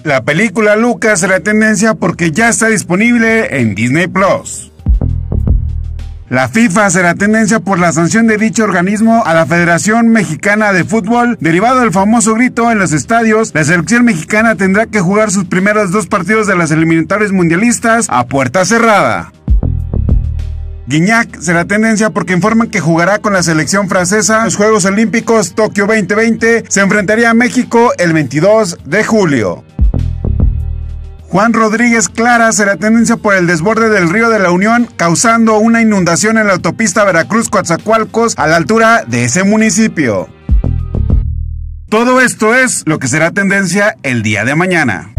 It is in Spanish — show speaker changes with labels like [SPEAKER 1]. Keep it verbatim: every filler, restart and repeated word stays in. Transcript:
[SPEAKER 1] La película Luca será tendencia porque ya está disponible en Disney Plus. La FIFA será tendencia por la sanción de dicho organismo a la Federación Mexicana de Fútbol. Derivado del famoso grito en los estadios, la selección mexicana tendrá que jugar sus primeros dos partidos de las eliminatorias mundialistas a puerta cerrada. Guiñac será tendencia porque informan que jugará con la selección francesa en los Juegos Olímpicos Tokio veinte veinte. Se enfrentaría a México el veintidós de julio. Juan Rodríguez Clara será tendencia por el desborde del río de la Unión, causando una inundación en la autopista Veracruz-Coatzacoalcos a la altura de ese municipio. Todo esto es lo que será tendencia el día de mañana.